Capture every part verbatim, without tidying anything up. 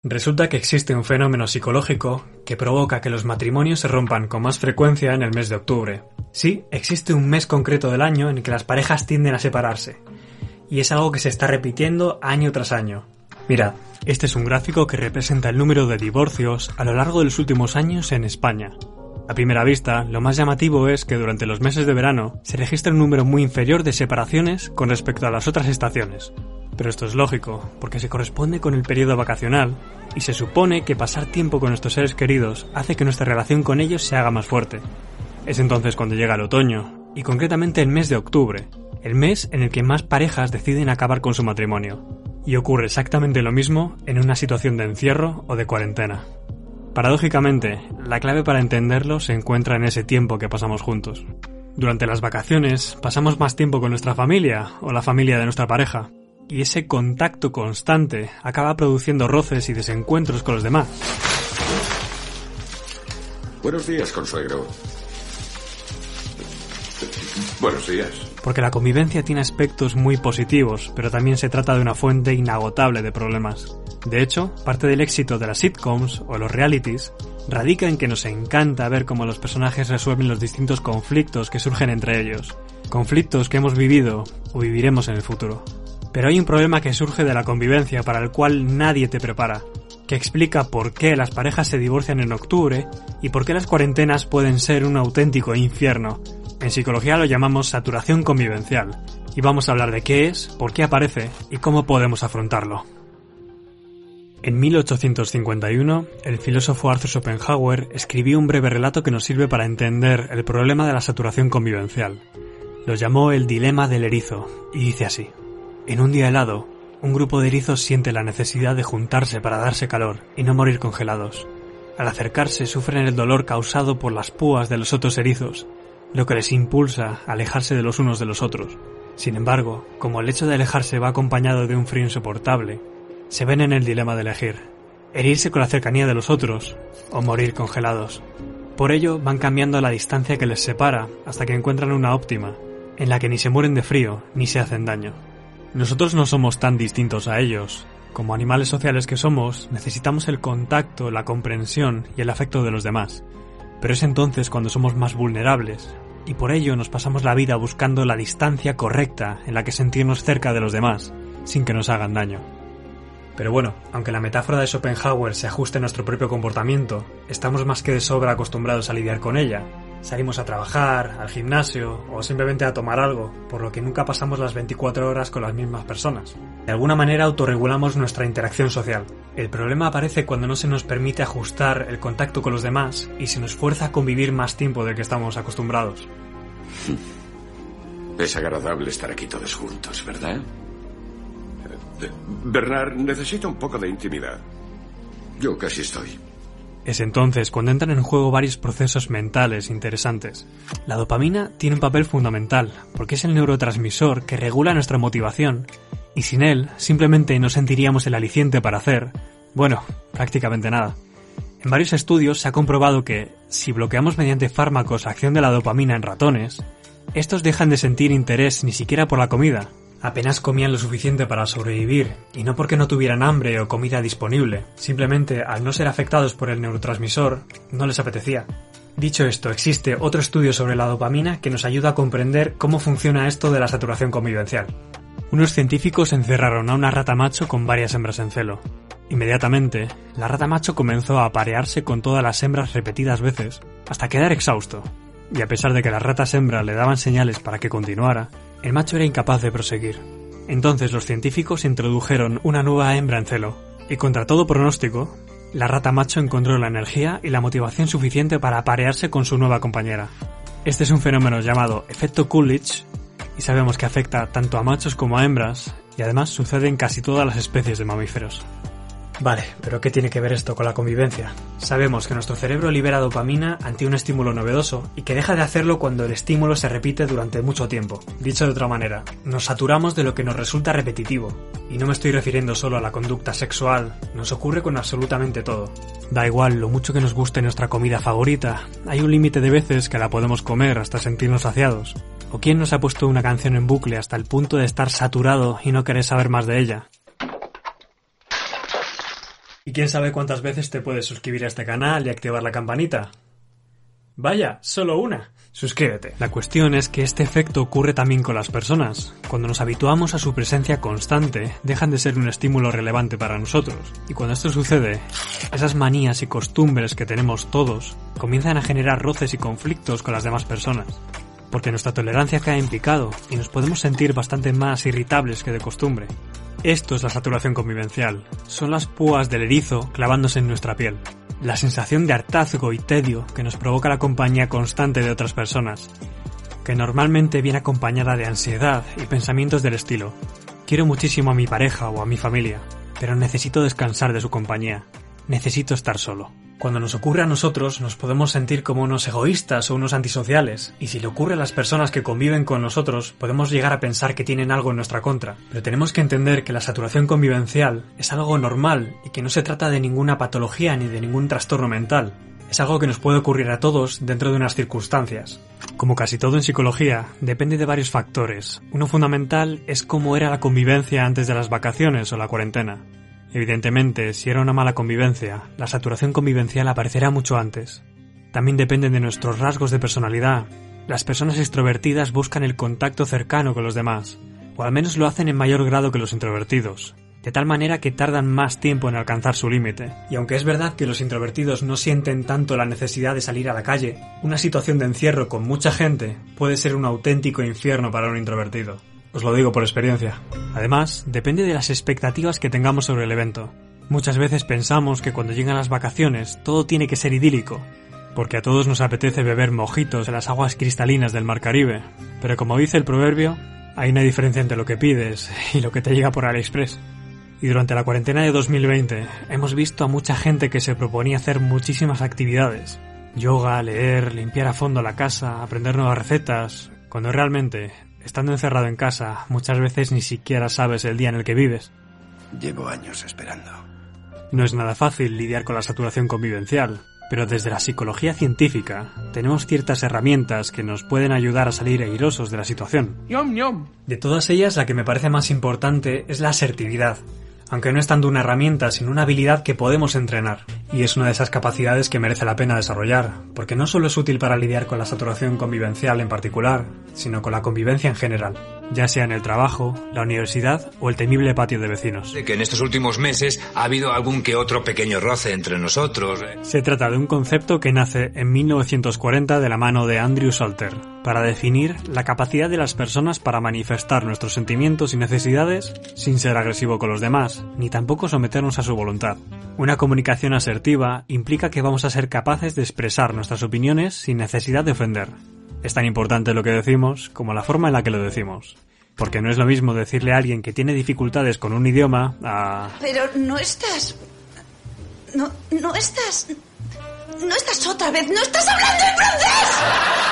Resulta que existe un fenómeno psicológico que provoca que los matrimonios se rompan con más frecuencia en el mes de octubre. Sí, existe un mes concreto del año en que las parejas tienden a separarse. Y es algo que se está repitiendo año tras año. Mirad, este es un gráfico que representa el número de divorcios a lo largo de los últimos años en España. A primera vista, lo más llamativo es que durante los meses de verano se registra un número muy inferior de separaciones con respecto a las otras estaciones. Pero esto es lógico, porque se corresponde con el periodo vacacional y se supone que pasar tiempo con nuestros seres queridos hace que nuestra relación con ellos se haga más fuerte. Es entonces cuando llega el otoño, y concretamente el mes de octubre, el mes en el que más parejas deciden acabar con su matrimonio. Y ocurre exactamente lo mismo en una situación de encierro o de cuarentena. Paradójicamente, la clave para entenderlo se encuentra en ese tiempo que pasamos juntos. Durante las vacaciones pasamos más tiempo con nuestra familia o la familia de nuestra pareja. Y ese contacto constante acaba produciendo roces y desencuentros con los demás. Buenos días, consuegro. Buenos días. Porque la convivencia tiene aspectos muy positivos, pero también se trata de una fuente inagotable de problemas. De hecho, parte del éxito de las sitcoms o los realities radica en que nos encanta ver cómo los personajes resuelven los distintos conflictos que surgen entre ellos. Conflictos que hemos vivido o viviremos en el futuro. Pero hay un problema que surge de la convivencia para el cual nadie te prepara, que explica por qué las parejas se divorcian en octubre y por qué las cuarentenas pueden ser un auténtico infierno. En psicología lo llamamos saturación convivencial, y vamos a hablar de qué es, por qué aparece y cómo podemos afrontarlo. En mil ochocientos cincuenta y uno, el filósofo Arthur Schopenhauer escribió un breve relato que nos sirve para entender el problema de la saturación convivencial. Lo llamó el dilema del erizo, y dice así. En un día helado, un grupo de erizos siente la necesidad de juntarse para darse calor y no morir congelados. Al acercarse sufren el dolor causado por las púas de los otros erizos, lo que les impulsa a alejarse de los unos de los otros. Sin embargo, como el hecho de alejarse va acompañado de un frío insoportable, se ven en el dilema de elegir, herirse con la cercanía de los otros o morir congelados. Por ello van cambiando la distancia que les separa hasta que encuentran una óptima, en la que ni se mueren de frío ni se hacen daño. Nosotros no somos tan distintos a ellos. Como animales sociales que somos, necesitamos el contacto, la comprensión y el afecto de los demás. Pero es entonces cuando somos más vulnerables, y por ello nos pasamos la vida buscando la distancia correcta en la que sentirnos cerca de los demás, sin que nos hagan daño. Pero bueno, aunque la metáfora de Schopenhauer se ajuste a nuestro propio comportamiento, estamos más que de sobra acostumbrados a lidiar con ella. Salimos a trabajar, al gimnasio o simplemente a tomar algo, por lo que nunca pasamos las veinticuatro horas con las mismas personas. De alguna manera autorregulamos nuestra interacción social. El problema aparece cuando no se nos permite ajustar el contacto con los demás y se nos fuerza a convivir más tiempo del que estamos acostumbrados. Es agradable estar aquí todos juntos, ¿verdad? Bernard, necesito un poco de intimidad. Yo casi estoy. Es entonces cuando entran en juego varios procesos mentales interesantes. La dopamina tiene un papel fundamental, porque es el neurotransmisor que regula nuestra motivación, y sin él simplemente no sentiríamos el aliciente para hacer, bueno, prácticamente nada. En varios estudios se ha comprobado que, si bloqueamos mediante fármacos la acción de la dopamina en ratones, estos dejan de sentir interés ni siquiera por la comida. Apenas comían lo suficiente para sobrevivir, y no porque no tuvieran hambre o comida disponible, simplemente al no ser afectados por el neurotransmisor, no les apetecía. Dicho esto, existe otro estudio sobre la dopamina que nos ayuda a comprender cómo funciona esto de la saturación convivencial. Unos científicos encerraron a una rata macho con varias hembras en celo. Inmediatamente, la rata macho comenzó a aparearse con todas las hembras repetidas veces, hasta quedar exhausto. Y a pesar de que las ratas hembras le daban señales para que continuara, el macho era incapaz de proseguir. Entonces los científicos introdujeron una nueva hembra en celo, y contra todo pronóstico, la rata macho encontró la energía y la motivación suficiente para aparearse con su nueva compañera. Este es un fenómeno llamado efecto Coolidge, y sabemos que afecta tanto a machos como a hembras, y además sucede en casi todas las especies de mamíferos. Vale, pero ¿qué tiene que ver esto con la convivencia? Sabemos que nuestro cerebro libera dopamina ante un estímulo novedoso y que deja de hacerlo cuando el estímulo se repite durante mucho tiempo. Dicho de otra manera, nos saturamos de lo que nos resulta repetitivo. Y no me estoy refiriendo solo a la conducta sexual, nos ocurre con absolutamente todo. Da igual lo mucho que nos guste nuestra comida favorita, hay un límite de veces que la podemos comer hasta sentirnos saciados. ¿O quién nos ha puesto una canción en bucle hasta el punto de estar saturado y no querer saber más de ella? ¿Y quién sabe cuántas veces te puedes suscribir a este canal y activar la campanita? Vaya, solo una. Suscríbete. La cuestión es que este efecto ocurre también con las personas. Cuando nos habituamos a su presencia constante, dejan de ser un estímulo relevante para nosotros. Y cuando esto sucede, esas manías y costumbres que tenemos todos comienzan a generar roces y conflictos con las demás personas. Porque nuestra tolerancia cae en picado y nos podemos sentir bastante más irritables que de costumbre. Esto es la saturación convivencial. Son las púas del erizo clavándose en nuestra piel. La sensación de hartazgo y tedio que nos provoca la compañía constante de otras personas, que normalmente viene acompañada de ansiedad y pensamientos del estilo: quiero muchísimo a mi pareja o a mi familia, pero necesito descansar de su compañía, necesito estar solo. Cuando nos ocurre a nosotros, nos podemos sentir como unos egoístas o unos antisociales, y si le ocurre a las personas que conviven con nosotros, podemos llegar a pensar que tienen algo en nuestra contra. Pero tenemos que entender que la saturación convivencial es algo normal y que no se trata de ninguna patología ni de ningún trastorno mental. Es algo que nos puede ocurrir a todos dentro de unas circunstancias. Como casi todo en psicología, depende de varios factores. Uno fundamental es cómo era la convivencia antes de las vacaciones o la cuarentena. Evidentemente, si era una mala convivencia, la saturación convivencial aparecerá mucho antes. También dependen de nuestros rasgos de personalidad. Las personas extrovertidas buscan el contacto cercano con los demás, o al menos lo hacen en mayor grado que los introvertidos, de tal manera que tardan más tiempo en alcanzar su límite. Y aunque es verdad que los introvertidos no sienten tanto la necesidad de salir a la calle, una situación de encierro con mucha gente puede ser un auténtico infierno para un introvertido. Os lo digo por experiencia. Además, depende de las expectativas que tengamos sobre el evento. Muchas veces pensamos que cuando llegan las vacaciones todo tiene que ser idílico, porque a todos nos apetece beber mojitos en las aguas cristalinas del Mar Caribe. Pero como dice el proverbio, hay una diferencia entre lo que pides y lo que te llega por AliExpress. Y durante la cuarentena de dos mil veinte hemos visto a mucha gente que se proponía hacer muchísimas actividades. Yoga, leer, limpiar a fondo la casa, aprender nuevas recetas, cuando realmente, estando encerrado en casa, muchas veces ni siquiera sabes el día en el que vives. Llevo años esperando. No es nada fácil lidiar con la saturación convivencial, pero desde la psicología científica tenemos ciertas herramientas que nos pueden ayudar a salir airosos de la situación. Yum, yum. De todas ellas, la que me parece más importante es la asertividad, aunque no es tanto una herramienta, sino una habilidad que podemos entrenar. Y es una de esas capacidades que merece la pena desarrollar, porque no solo es útil para lidiar con la saturación convivencial en particular, sino con la convivencia en general, ya sea en el trabajo, la universidad o el temible patio de vecinos. De que en estos últimos meses ha habido algún que otro pequeño roce entre nosotros. Se trata de un concepto que nace en mil novecientos cuarenta de la mano de Andrew Salter, para definir la capacidad de las personas para manifestar nuestros sentimientos y necesidades sin ser agresivo con los demás, ni tampoco someternos a su voluntad. Una comunicación asertiva implica que vamos a ser capaces de expresar nuestras opiniones sin necesidad de ofender. Es tan importante lo que decimos como la forma en la que lo decimos. Porque no es lo mismo decirle a alguien que tiene dificultades con un idioma a... Pero no estás... No, no estás... No estás otra vez... ¡No estás hablando en francés!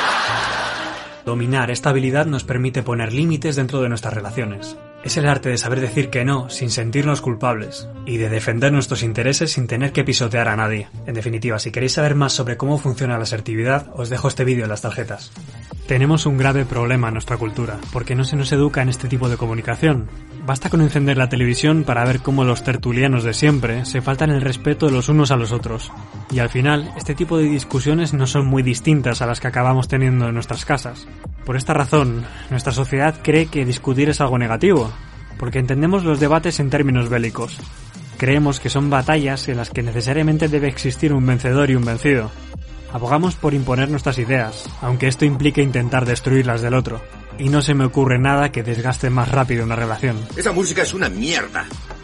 Dominar esta habilidad nos permite poner límites dentro de nuestras relaciones. Es el arte de saber decir que no sin sentirnos culpables y de defender nuestros intereses sin tener que pisotear a nadie. En definitiva, si queréis saber más sobre cómo funciona la asertividad, os dejo este vídeo en las tarjetas. Tenemos un grave problema en nuestra cultura, porque no se nos educa en este tipo de comunicación. Basta con encender la televisión para ver cómo los tertulianos de siempre se faltan el respeto de los unos a los otros. Y al final, este tipo de discusiones no son muy distintas a las que acabamos teniendo en nuestras casas. Por esta razón, nuestra sociedad cree que discutir es algo negativo, porque entendemos los debates en términos bélicos. Creemos que son batallas en las que necesariamente debe existir un vencedor y un vencido. Abogamos por imponer nuestras ideas, aunque esto implique intentar destruir las del otro. Y no se me ocurre nada que desgaste más rápido una relación. Esa música es una mierda.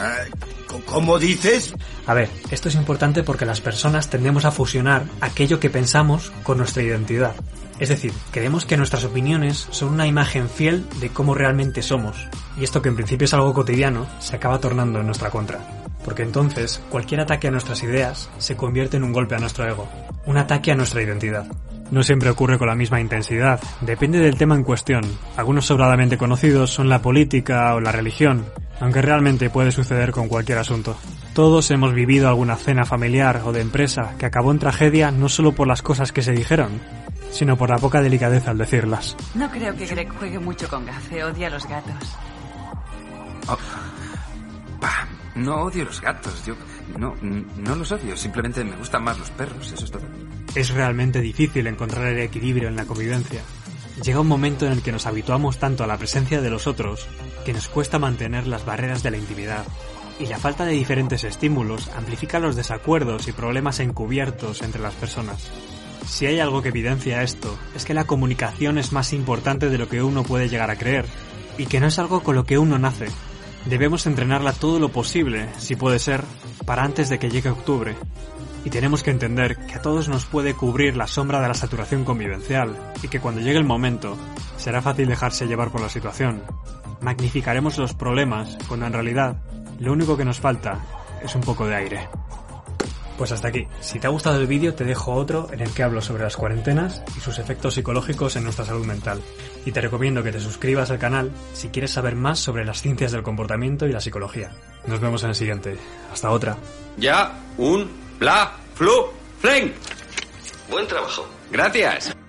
¿Cómo dices? A ver, esto es importante porque las personas tendemos a fusionar aquello que pensamos con nuestra identidad. Es decir, creemos que nuestras opiniones son una imagen fiel de cómo realmente somos. Y esto, que en principio es algo cotidiano, se acaba tornando en nuestra contra. Porque entonces, cualquier ataque a nuestras ideas se convierte en un golpe a nuestro ego. Un ataque a nuestra identidad. No siempre ocurre con la misma intensidad, depende del tema en cuestión. Algunos sobradamente conocidos son la política o la religión, aunque realmente puede suceder con cualquier asunto. Todos hemos vivido alguna cena familiar o de empresa que acabó en tragedia no solo por las cosas que se dijeron, sino por la poca delicadeza al decirlas. No creo que Greg juegue mucho con Gafe, odia a los gatos. Oh. Bah, no odio los gatos, yo no, no los odio. Simplemente me gustan más los perros, eso es todo. Es realmente difícil encontrar el equilibrio en la convivencia. Llega un momento en el que nos habituamos tanto a la presencia de los otros que nos cuesta mantener las barreras de la intimidad. Y la falta de diferentes estímulos amplifica los desacuerdos y problemas encubiertos entre las personas. Si hay algo que evidencia esto, es que la comunicación es más importante de lo que uno puede llegar a creer, y que no es algo con lo que uno nace. Debemos entrenarla todo lo posible, si puede ser, para antes de que llegue octubre. Y tenemos que entender que a todos nos puede cubrir la sombra de la saturación convivencial, y que cuando llegue el momento, será fácil dejarse llevar por la situación. Magnificaremos los problemas, cuando en realidad, lo único que nos falta es un poco de aire. Pues hasta aquí. Si te ha gustado el vídeo, te dejo otro en el que hablo sobre las cuarentenas y sus efectos psicológicos en nuestra salud mental. Y te recomiendo que te suscribas al canal si quieres saber más sobre las ciencias del comportamiento y la psicología. Nos vemos en el siguiente. Hasta otra. Ya, un, bla, flu, fling. Buen trabajo. Gracias.